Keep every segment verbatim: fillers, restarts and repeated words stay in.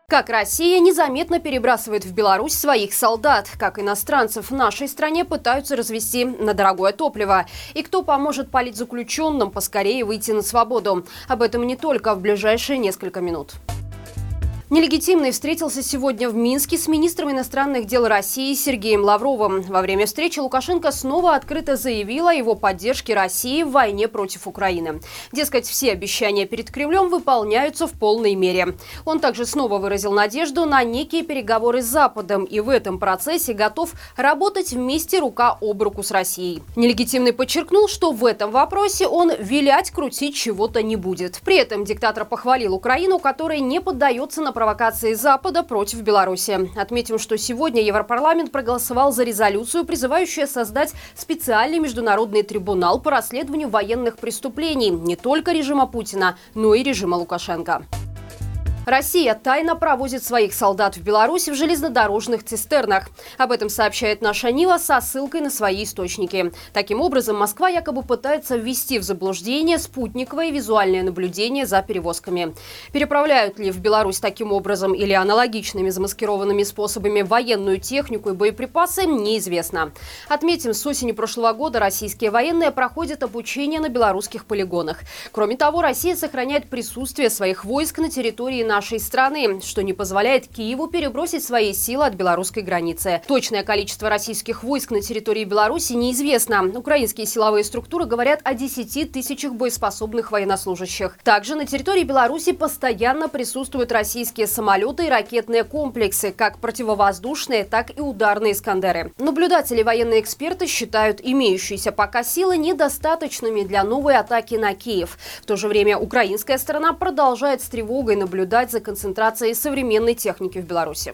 Как Россия незаметно перебрасывает в Беларусь своих солдат, как иностранцев в нашей стране пытаются развести на дорогое топливо, и кто поможет политзаключенным поскорее выйти на свободу. Об этом не только в ближайшие несколько минут. Нелегитимный встретился сегодня в Минске с министром иностранных дел России Сергеем Лавровым. Во время встречи Лукашенко снова открыто заявил о его поддержке России в войне против Украины. Дескать, все обещания перед Кремлем выполняются в полной мере. Он также снова выразил надежду на некие переговоры с Западом и в этом процессе готов работать вместе рука об руку с Россией. Нелегитимный подчеркнул, что в этом вопросе он вилять, крутить чего-то не будет. При этом диктатор похвалил Украину, которая не поддается на провокации Запада против Беларуси. Отметим, что сегодня Европарламент проголосовал за резолюцию, призывающую создать специальный международный трибунал по расследованию военных преступлений не только режима Путина, но и режима Лукашенко. Россия тайно провозит своих солдат в Беларусь в железнодорожных цистернах. Об этом сообщает наша Нива со ссылкой на свои источники. Таким образом, Москва якобы пытается ввести в заблуждение спутниковое визуальное наблюдение за перевозками. Переправляют ли в Беларусь таким образом или аналогичными замаскированными способами военную технику и боеприпасы, неизвестно. Отметим, с осени прошлого года российские военные проходят обучение на белорусских полигонах. Кроме того, Россия сохраняет присутствие своих войск на территории нашей нашей страны, что не позволяет Киеву перебросить свои силы от белорусской границы. Точное количество российских войск на территории Беларуси неизвестно. Украинские силовые структуры говорят о десяти тысячах боеспособных военнослужащих. Также на территории Беларуси постоянно присутствуют российские самолеты и ракетные комплексы, как противовоздушные, так и ударные «Искандеры». Наблюдатели и военные эксперты считают имеющиеся пока силы недостаточными для новой атаки на Киев. В то же время украинская сторона продолжает с тревогой наблюдать за концентрацией современной техники в Беларуси.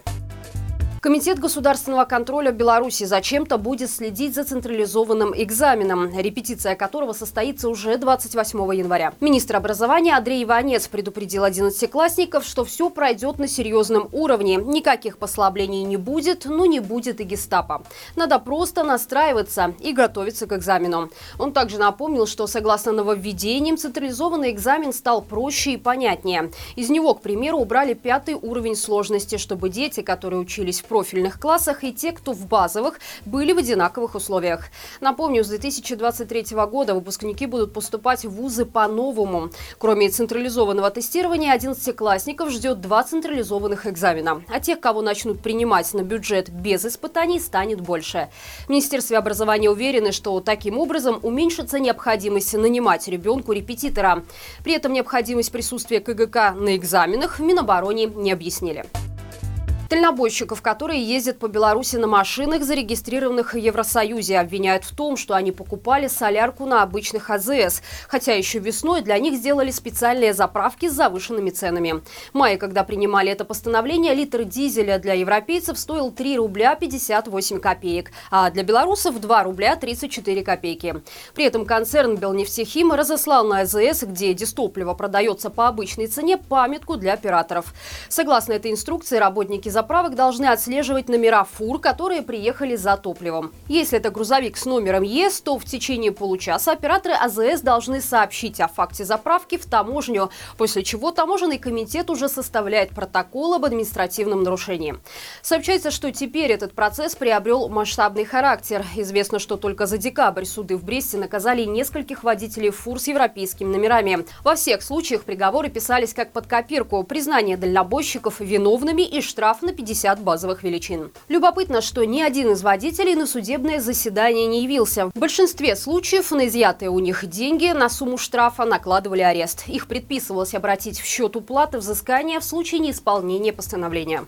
Комитет государственного контроля Беларуси зачем-то будет следить за централизованным экзаменом, репетиция которого состоится уже двадцать восьмого января. Министр образования Андрей Иванец предупредил одиннадцатиклассников, что все пройдет на серьезном уровне. Никаких послаблений не будет, но не будет и гестапо. Надо просто настраиваться и готовиться к экзамену. Он также напомнил, что согласно нововведениям централизованный экзамен стал проще и понятнее. Из него, к примеру, убрали пятый уровень сложности, чтобы дети, которые учились в профильных классах, и те, кто в базовых, были в одинаковых условиях. Напомню, с две тысячи двадцать третьего года выпускники будут поступать в вузы по-новому. Кроме централизованного тестирования, одиннадцатиклассников ждет два централизованных экзамена. А тех, кого начнут принимать на бюджет без испытаний, станет больше. В Министерстве образования уверены, что таким образом уменьшится необходимость нанимать ребенку репетитора. При этом необходимость присутствия ка гэ ка на экзаменах в Минобороне не объяснили. Дальнобойщиков, которые ездят по Беларуси на машинах, зарегистрированных в Евросоюзе, обвиняют в том, что они покупали солярку на обычных а зэ эс. Хотя еще весной для них сделали специальные заправки с завышенными ценами. В мае, когда принимали это постановление, литр дизеля для европейцев стоил три рубля пятьдесят восемь копеек, а для белорусов два рубля тридцать четыре копейки. При этом концерн Белнефтехим разослал на а зэ эс, где дизтопливо продается по обычной цене, памятку для операторов. Согласно этой инструкции, работники заправок должны отслеживать номера фур, которые приехали за топливом. Если это грузовик с номером ЕС, то в течение получаса операторы а зэ эс должны сообщить о факте заправки в таможню, после чего таможенный комитет уже составляет протокол об административном нарушении. Сообщается, что теперь этот процесс приобрел масштабный характер. Известно, что только за декабрь суды в Бресте наказали нескольких водителей фур с европейскими номерами. Во всех случаях приговоры писались как под копирку: признание дальнобойщиков виновными и штраф на пятьдесят базовых величин. Любопытно, что ни один из водителей на судебное заседание не явился. В большинстве случаев на изъятые у них деньги на сумму штрафа накладывали арест. Их предписывалось обратить в счет уплаты взыскания в случае неисполнения постановления.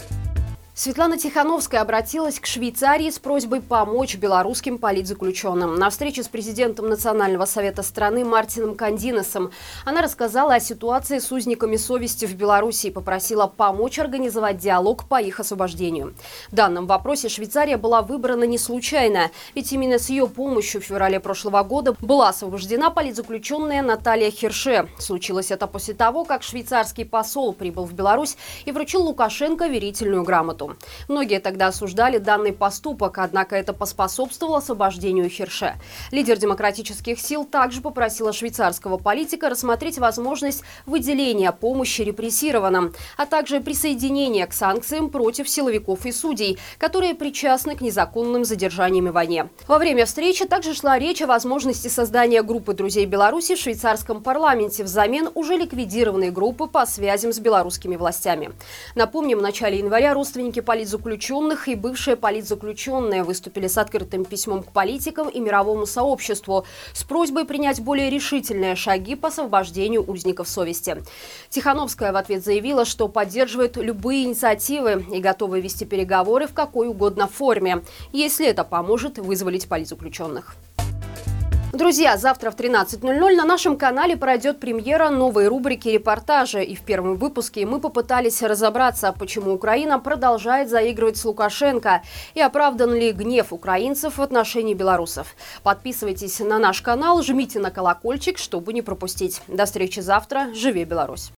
Светлана Тихановская обратилась к Швейцарии с просьбой помочь белорусским политзаключенным. На встрече с президентом Национального совета страны Мартином Кандинесом она рассказала о ситуации с узниками совести в Беларуси и попросила помочь организовать диалог по их освобождению. В данном вопросе Швейцария была выбрана не случайно, ведь именно с ее помощью в феврале прошлого года была освобождена политзаключенная Наталья Хирше. Случилось это после того, как швейцарский посол прибыл в Беларусь и вручил Лукашенко верительную грамоту. Киеву. Многие тогда осуждали данный поступок, однако это поспособствовало освобождению Хирше. Лидер демократических сил также попросила швейцарского политика рассмотреть возможность выделения помощи репрессированным, а также присоединения к санкциям против силовиков и судей, которые причастны к незаконным задержаниям и войне. Во время встречи также шла речь о возможности создания группы друзей Беларуси в швейцарском парламенте взамен уже ликвидированной группы по связям с белорусскими властями. Напомним, в начале января родственники политзаключенных и бывшие политзаключенные выступили с открытым письмом к политикам и мировому сообществу с просьбой принять более решительные шаги по освобождению узников совести. Тихановская в ответ заявила, что поддерживает любые инициативы и готова вести переговоры в какой угодно форме, если это поможет вызволить политзаключенных. Друзья, завтра в тринадцать ноль ноль на нашем канале пройдет премьера новой рубрики «Репортажи». И в первом выпуске мы попытались разобраться, почему Украина продолжает заигрывать с Лукашенко и оправдан ли гнев украинцев в отношении белорусов. Подписывайтесь на наш канал, жмите на колокольчик, чтобы не пропустить. До встречи завтра. Живи Беларусь!